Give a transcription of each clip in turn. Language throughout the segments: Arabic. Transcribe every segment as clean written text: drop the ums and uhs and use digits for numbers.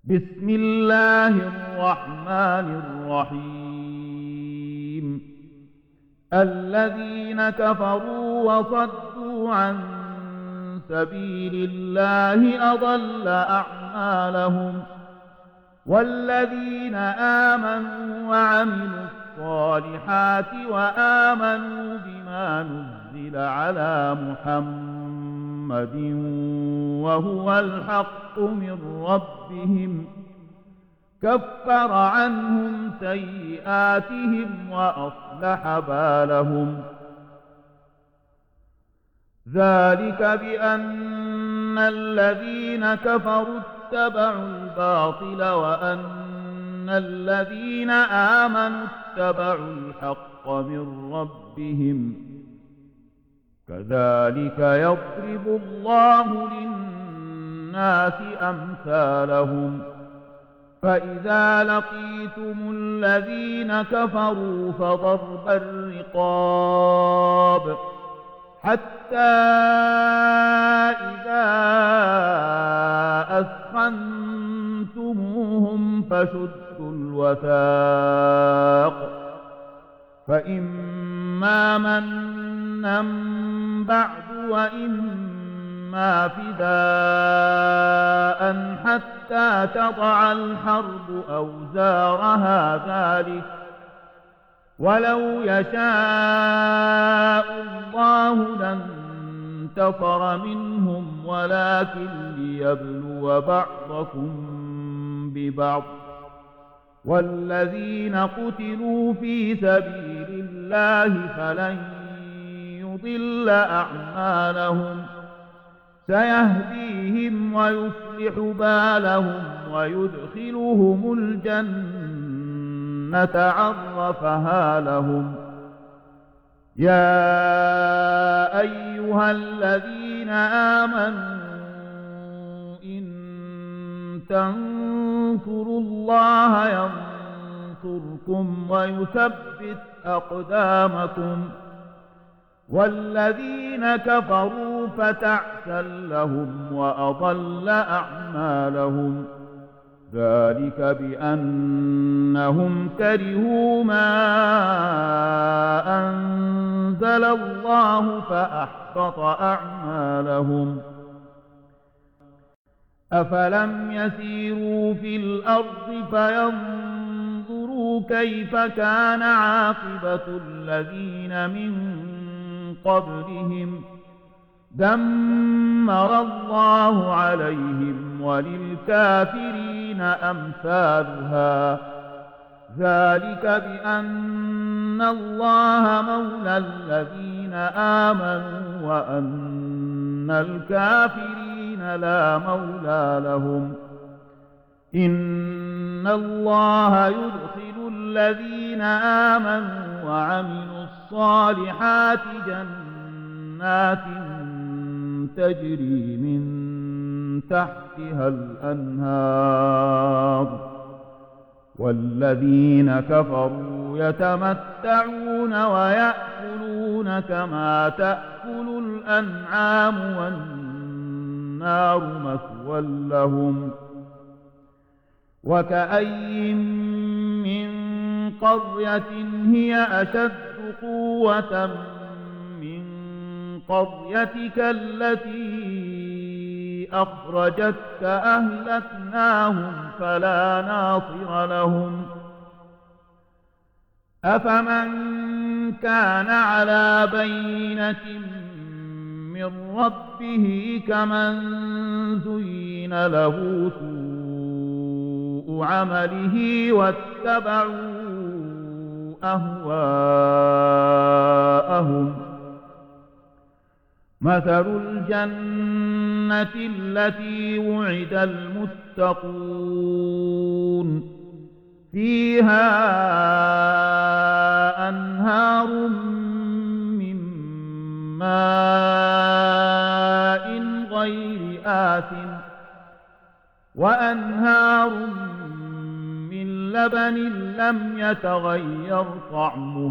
بسم الله الرحمن الرحيم. الذين كفروا وصدوا عن سبيل الله أضل أعمالهم، والذين آمنوا وعملوا الصالحات وآمنوا بما نزل على محمد وهو الحق من ربهم كفر عنهم سيئاتهم وأصلح بالهم. ذلك بأن الذين كفروا اتبعوا الباطل وأن الذين آمنوا اتبعوا الحق من ربهم. كذلك يضرب الله للناس أمثالهم. فإذا لقيتم الذين كفروا فضرب الرقاب حتى إذا أثخنتموهم فشدوا الوثاق، فإما منا بعد وإما فداء حتى تضع الحرب أوزارها. ذلك ولو يشاء الله لانتصر منهم ولكن ليبلو بعضكم ببعض. والذين قتلوا في سبيل الله فلن يضل أعمالهم، سيهديهم ويصلح بالهم ويدخلهم الجنة عرفها لهم. يا أيها الذين آمنوا إن تنصروا الله ينصركم ويثبت أقدامكم. والذين كفروا فتعسا لهم وأضل أعمالهم. ذلك بأنهم كرهوا ما أنزل الله فأحبط أعمالهم. أفلم يسيروا في الأرض فينظروا كيف كان عاقبة الذين من قبلهم دمر الله عليهم وللكافرين أمثالها. ذلك بأن الله مولى الذين آمنوا وأن الكافرين لا مولى لهم. إن الله يدخل الذين آمنوا وعملوا الصالحات جنات تجري من تحتها الأنهار، والذين كفروا يتمتعون ويأكلون كما تأكل الأنعام والنار مثوى لهم. وكأين من قرية هي أشد قوة من قريتك التي أخرجتك أهلكناهم فلا ناصر لهم. أفمن كان على بينة من ربه كمن زين له سوء عمله واتبعوا أهواءهم. مثل الجنة التي وعد المتقون فيها أنهار من ماء غير آسن وأنهار من لبن لم يتغير طعمه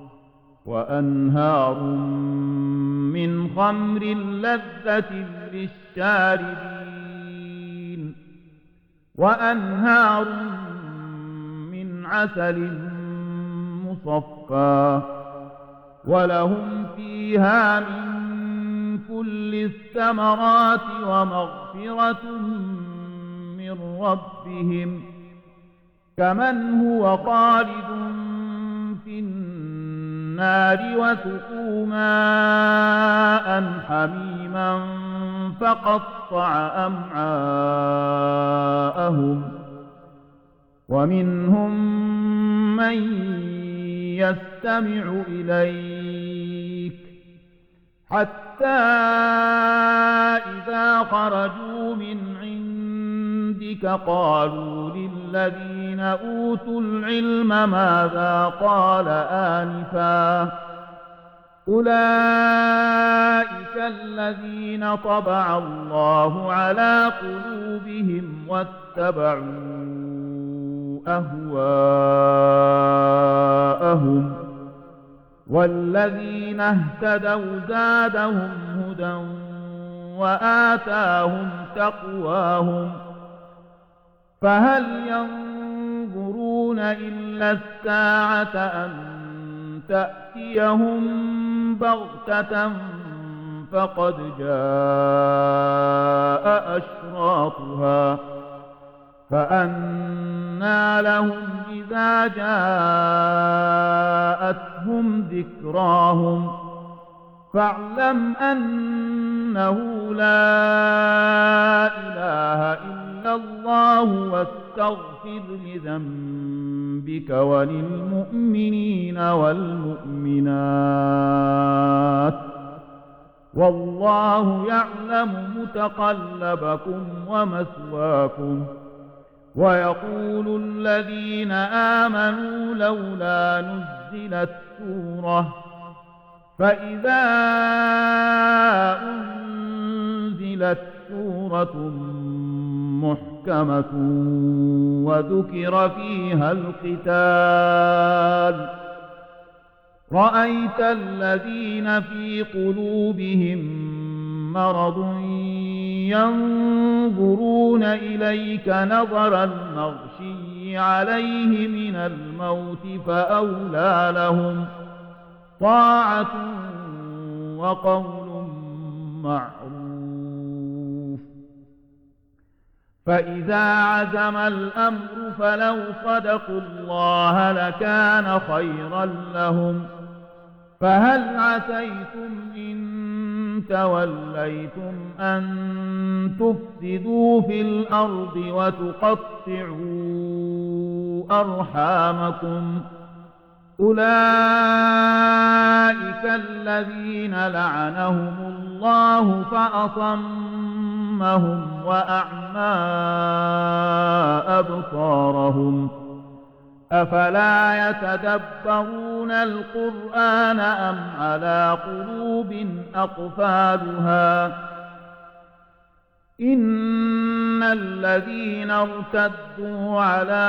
وأنهار من خمر لذة للشاربين وأنهار من عسل مصفى ولهم فيها من كل الثمرات ومغفرة من ربهم كمن هو خالد في النار وسقوا ماء حميما فقطع أمعاءهم ومنهم من يستمع إليك حتى إذا خرجوا من عندك قالوا للذين أوتوا العلم ماذا قال آنفا أولئك الذين طبع الله على قلوبهم واتبعوا أهواءهم والذين اهتدوا زادهم هدى وآتاهم تقواهم فهل ينظرون إلا الساعة أن تأتيهم بغتة فقد جاء أشراطها فأنى لهم إذا جاءتهم ذكراهم فاعلم أنه لا إله إلا الله واستغفر لذنبك وللمؤمنين والمؤمنات والله يعلم متقلبكم ومثواكم ويقول الذين آمنوا لولا نزلت سورة فإذا أنزلت سورة محكمة وذكر فيها القتال رأيت الذين في قلوبهم مرض ينظرون إليك نظر المغشي عليه من الموت فأولى لهم طاعة وقول معروف فإذا عزم الأمر فلو صدقوا الله لكان خيرا لهم فهل عسيتم إن توليتم أن تفسدوا في الأرض وتقطعوا أرحامكم أولئك الذين لعنهم الله فأصمهم وأعمى أبصارهم أفلا يتدبرون القرآن أم على قلوب أقفالها إن الذين ارتدوا على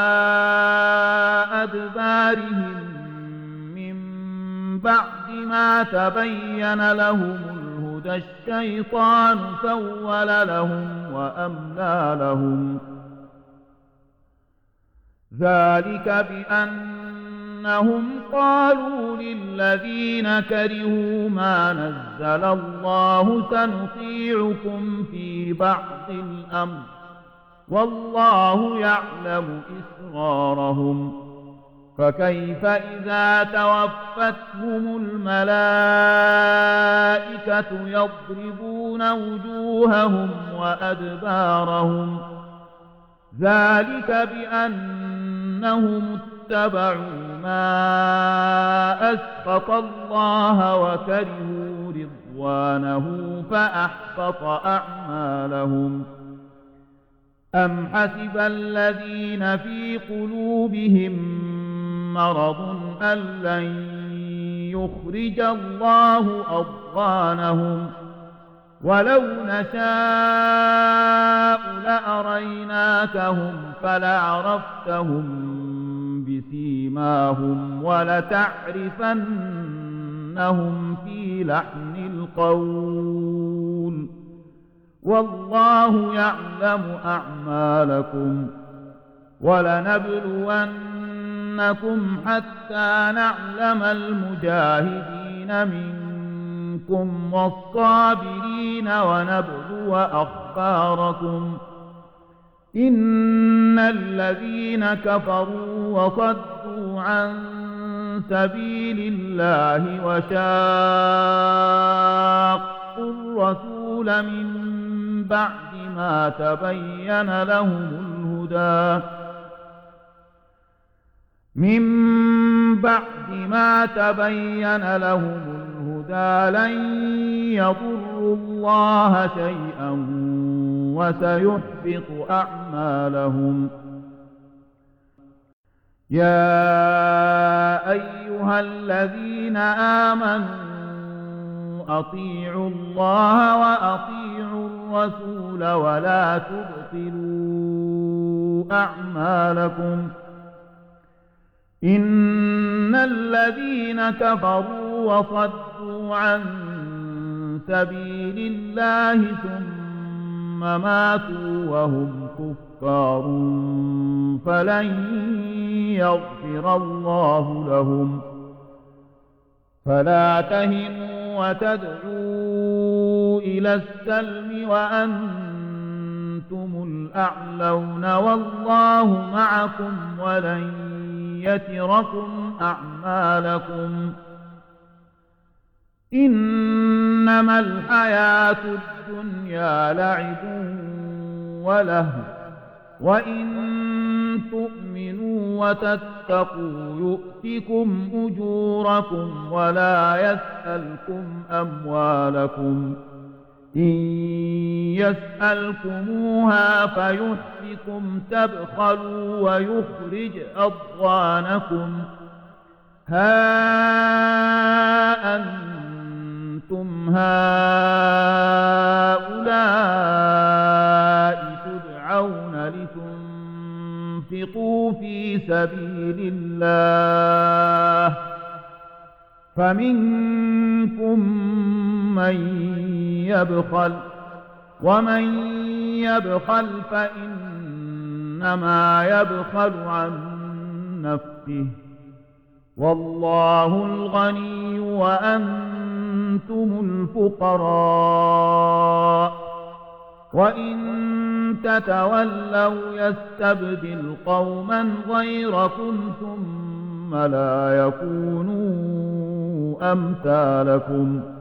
أدبارهم من بعد ما تبين لهم الهدى الشيطان سول لهم وأملى لهم ذلك بأنهم قالوا للذين كرهوا ما نزل الله سنطيعكم في بعض الأمر والله يعلم إسرارهم فكيف إذا توفتهم الملائكة يضربون وجوههم وأدبارهم ذلك بأنهم اتبعوا ما أسخط الله وكرهوا رضوانه فأحبط أعمالهم أم حسب الذين في قلوبهم مرض أن لن يخرج الله أضغانهم ولو نشاء لأريناكهم فلعرفتهم بسيماهم ولتعرفنهم في لحن القول والله يعلم أعمالكم ولنبلونكم حتى نعلم المجاهدين منكم والصابرين ونبلو أخباركم إن الذين كفروا وصدوا عن سبيل الله وشاقوا الرسول من بعد ما تبين لهم الهدى لن يضروا الله شيئا وسيحبط أعمالهم يا أيها الذين آمنوا أطيعوا الله وأطيعوا الرسول ولا تبطلوا أعمالكم إن الذين كفروا وصدوا عن سبيل الله ثم ماتوا وهم كفار فلن يغفر الله لهم فلا تهنوا وتدعوا إلى السلم وأنتم الأعلون والله معكم ولن يتركم أعمالكم إنما الحياة الدنيا لعب ولهو وإن تؤمنوا وتتقوا يؤتكم أجوركم ولا يسألكم أموالكم إن يسألكموها فيحفكم تبخلوا ويخرج أضغانكم ها أنتم هؤلاء تدعون لتنفقوا في سبيل الله فمنكم من يبخل ومن يبخل فإنما يبخل عن نفسه والله الغني وأنتم الفقراء وإن تتولوا يستبدل قوما غيركم ثم لا يكونوا أمثالكم